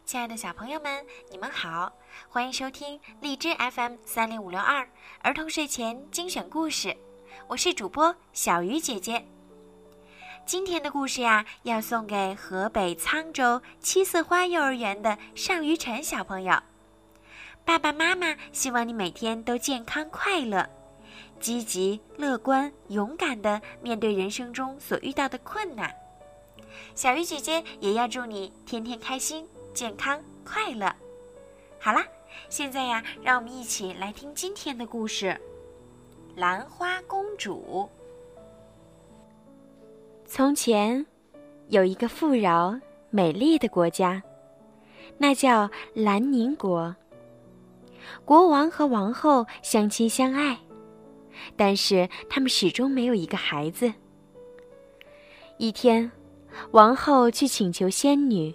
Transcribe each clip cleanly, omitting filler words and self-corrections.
亲爱的小朋友们，你们好，欢迎收听荔枝 FM30562儿童睡前精选故事，我是主播小鱼姐姐。今天的故事呀，要送给河北沧州七色花幼儿园的尚于晨小朋友。爸爸妈妈希望你每天都健康快乐，积极乐观勇敢地面对人生中所遇到的困难。小鱼姐姐也要祝你天天开心健康快乐。好啦，现在呀，让我们一起来听今天的故事。兰花公主。 从前有一个富饶美丽的国家，那叫兰宁国。国王和王后相亲相爱，但是他们始终没有一个孩子。一天，王后去请求仙女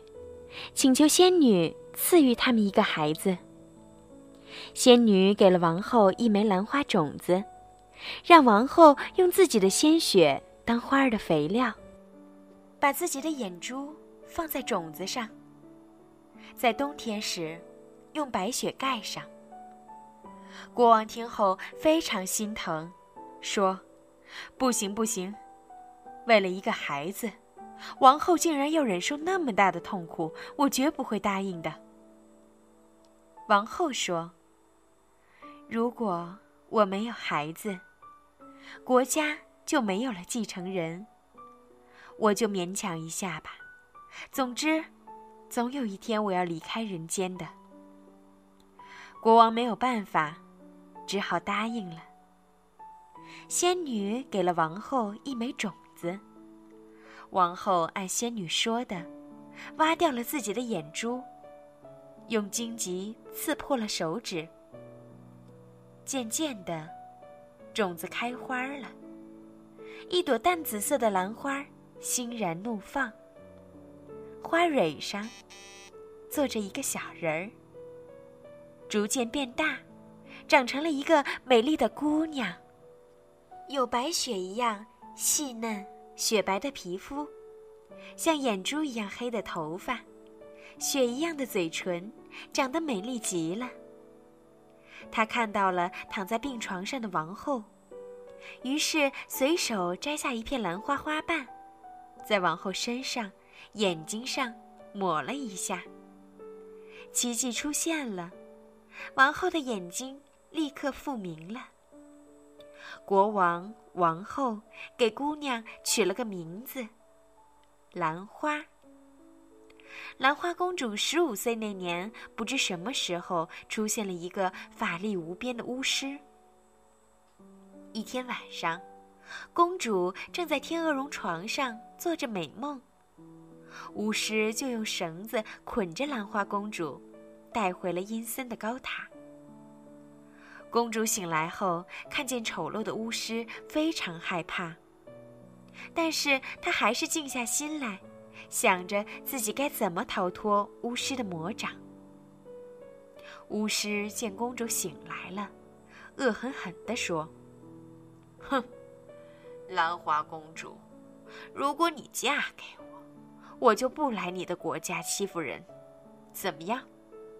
赐予他们一个孩子。仙女给了王后一枚兰花种子，让王后用自己的鲜血当花儿的肥料， 把自己的眼珠放在种子上，在冬天时用白雪盖上。国王听后非常心疼，说：不行，为了一个孩子，王后竟然要忍受那么大的痛苦，我绝不会答应的。王后说：如果我没有孩子，国家就没有了继承人，我就勉强一下吧。总之，总有一天我要离开人间的。国王没有办法，只好答应了。仙女给了王后一枚种子，王后按仙女说的，挖掉了自己的眼珠，用荆棘刺破了手指。渐渐的，种子开花了，一朵淡紫色的兰花欣然怒放，花蕊上坐着一个小人儿，逐渐变大，长成了一个美丽的姑娘，有白雪一样细嫩雪白的皮肤，像眼珠一样黑的头发，雪一样的嘴唇，长得美丽极了。她看到了躺在病床上的王后，于是随手摘下一片兰花花瓣，在王后身上、眼睛上抹了一下。奇迹出现了，王后的眼睛立刻复明了。国王、王后给姑娘取了个名字，兰花。兰花公主15岁那年，不知什么时候出现了一个法力无边的巫师。一天晚上，公主正在天鹅绒床上做着美梦，巫师就用绳子捆着兰花公主，带回了阴森的高塔。公主醒来后，看见丑陋的巫师，非常害怕，但是她还是静下心来，想着自己该怎么逃脱巫师的魔掌。巫师见公主醒来了，恶狠狠地说：哼，兰花公主，如果你嫁给我，我就不来你的国家欺负人，怎么样？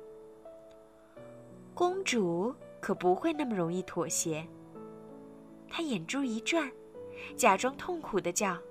公主可不会那么容易妥协。她眼珠一转，假装痛苦地叫：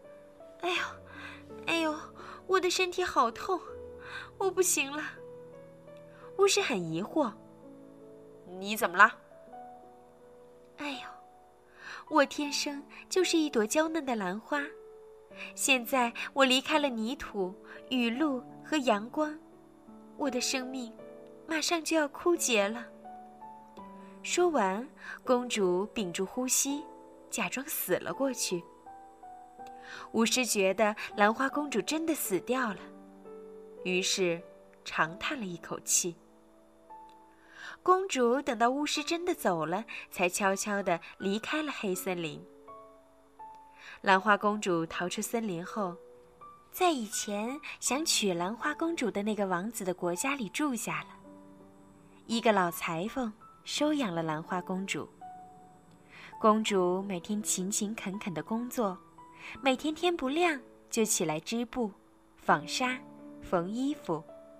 哎呦，我的身体好痛，我不行了。巫师很疑惑：你怎么了？哎呦，我天生就是一朵娇嫩的兰花，现在我离开了泥土、雨露和阳光，我的生命马上就要枯竭了。说完，公主屏住呼吸，假装死了过去。巫师觉得兰花公主真的死掉了，于是长叹了一口气。公主等到巫师真的走了，才悄悄地离开了黑森林。兰花公主逃出森林后，在以前想娶兰花公主的那个王子的国家里住下了。一个老裁缝收养了兰花公主。公主每天勤勤恳恳地工作，每天天不亮就起来织布、纺纱、缝衣服，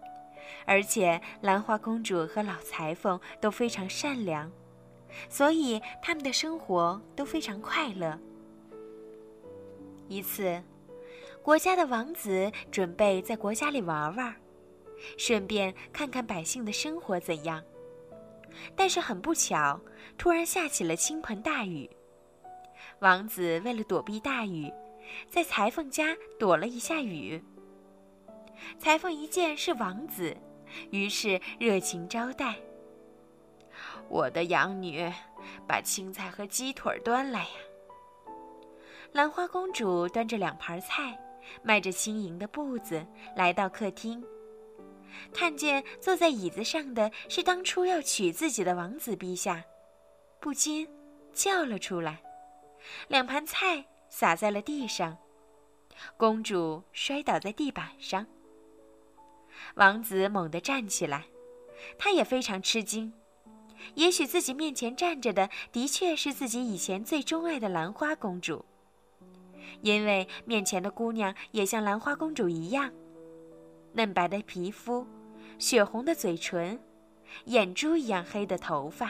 而且兰花公主和老裁缝都非常善良，所以他们的生活都非常快乐。一次，国家的王子准备在国家里玩玩，顺便看看百姓的生活怎样。但是很不巧，突然下起了倾盆大雨。王子为了躲避大雨，在裁缝家躲了一下雨。裁缝一见是王子，于是热情招待。我的养女，把青菜和鸡腿端来呀。兰花公主端着2盘菜，迈着轻盈的步子来到客厅，看见坐在椅子上的是当初要娶自己的王子陛下，不禁叫了出来。2盘菜洒在了地上，公主摔倒在地板上。王子猛地站起来，他也非常吃惊，也许自己面前站着的的确是自己以前最钟爱的兰花公主，因为面前的姑娘也像兰花公主一样，嫩白的皮肤，血红的嘴唇，眼珠一样黑的头发。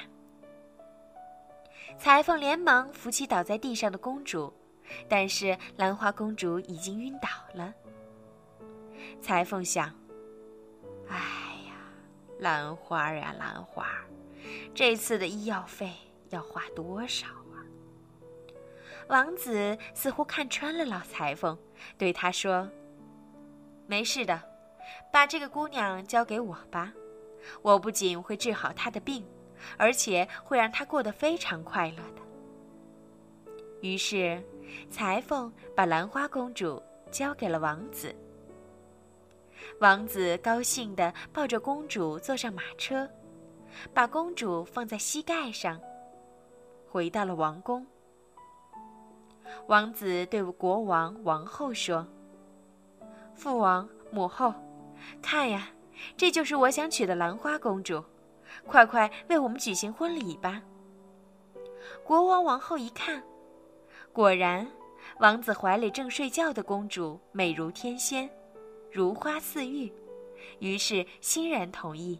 裁缝连忙扶起倒在地上的公主，但是兰花公主已经晕倒了。裁缝想，哎呀，兰花呀兰花，这次的医药费要花多少啊？王子似乎看穿了老裁缝，对他说，没事的，把这个姑娘交给我吧，我不仅会治好她的病，而且会让她过得非常快乐的。于是裁缝把兰花公主交给了王子。王子高兴地抱着公主坐上马车，把公主放在膝盖上，回到了王宫。王子对国王、王后说，父王、母后，看呀，这就是我想娶的兰花公主，快快为我们举行婚礼吧。国王、王后一看，果然王子怀里正睡觉的公主美如天仙，如花似玉，于是欣然同意。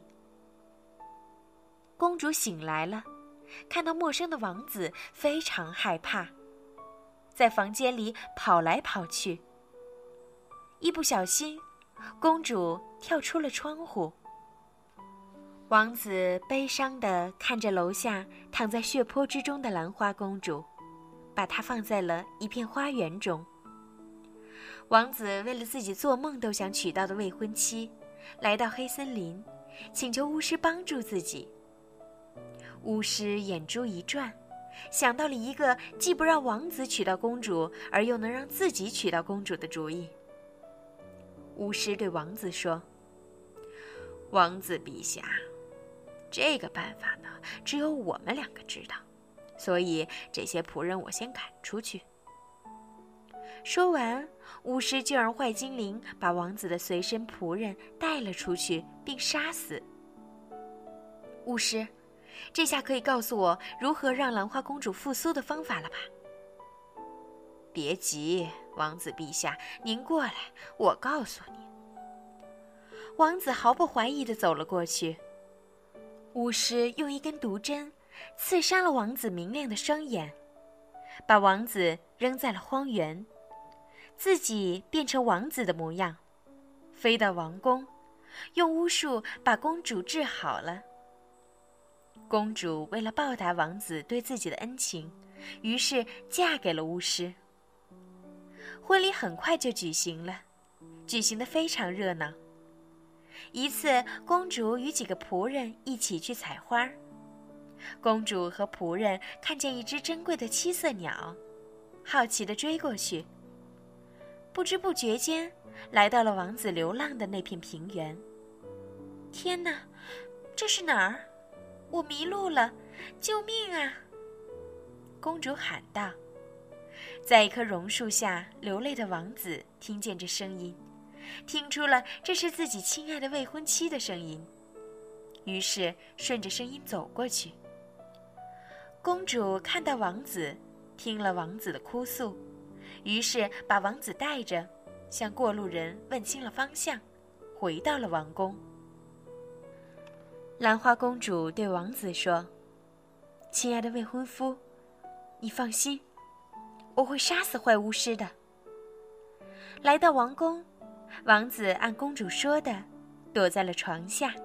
公主醒来了，看到陌生的王子，非常害怕，在房间里跑来跑去。一不小心，公主跳出了窗户。王子悲伤地看着楼下躺在血泊之中的兰花公主，把她放在了一片花园中。王子为了自己做梦都想娶到的未婚妻，来到黑森林，请求巫师帮助自己。巫师眼珠一转，想到了一个既不让王子娶到公主，而又能让自己娶到公主的主意。巫师对王子说，王子陛下，这个办法呢，只有我们2个知道，所以这些仆人我先赶出去。说完，巫师就让坏精灵把王子的随身仆人带了出去，并杀死。巫师，这下可以告诉我如何让兰花公主复苏的方法了吧？别急，王子陛下，您过来，我告诉你。王子毫不怀疑地走了过去。巫师用一根毒针刺伤了王子明亮的双眼，把王子扔在了荒原，自己变成王子的模样，飞到王宫，用巫术把公主治好了。公主为了报答王子对自己的恩情，于是嫁给了巫师。婚礼很快就举行了，举行得非常热闹。一次，公主与几个仆人一起去采花，公主和仆人看见一只珍贵的7色鸟，好奇地追过去。不知不觉间，来到了王子流浪的那片平原。天哪，这是哪儿？我迷路了，救命啊！公主喊道。在一棵榕树下流泪的王子听见这声音，听出了这是自己亲爱的未婚妻的声音，于是顺着声音走过去。公主看到王子，听了王子的哭诉，于是把王子带着，向过路人问清了方向，回到了王宫。 兰花公主对王子说：“亲爱的未婚夫，你放心，我会杀死坏巫师的。”来到王宫，王子按公主说的躲在了床下。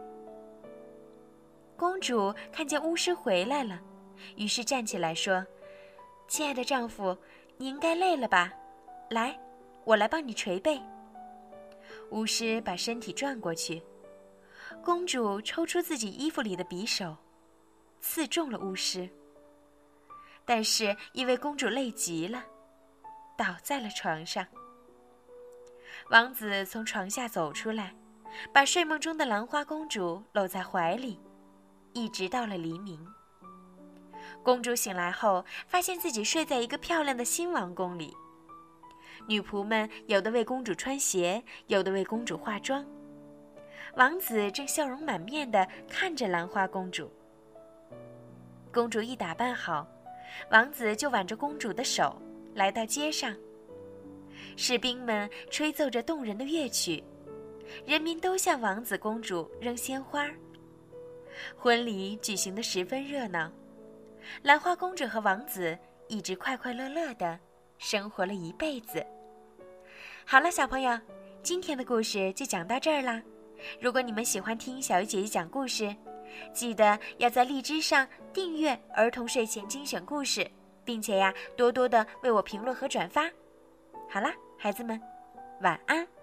公主看见巫师回来了，于是站起来说：“亲爱的丈夫，你应该累了吧？来，我来帮你捶背。”巫师把身体转过去，公主抽出自己衣服里的匕首，刺中了巫师。但是因为公主累极了，倒在了床上。王子从床下走出来，把睡梦中的兰花公主搂在怀里，一直到了黎明。公主醒来后，发现自己睡在一个漂亮的新王宫里。女仆们有的为公主穿鞋，有的为公主化妆。王子正笑容满面地看着兰花公主。公主一打扮好，王子就挽着公主的手来到街上。士兵们吹奏着动人的乐曲，人民都向王子公主扔鲜花。婚礼举行得十分热闹，兰花公主和王子一直快快乐乐地生活了一辈子。好了，小朋友，今天的故事就讲到这儿啦。如果你们喜欢听小鱼姐姐讲故事，记得要在荔枝上订阅儿童睡前精选故事，并且多多的为我评论和转发。好啦，孩子们，晚安。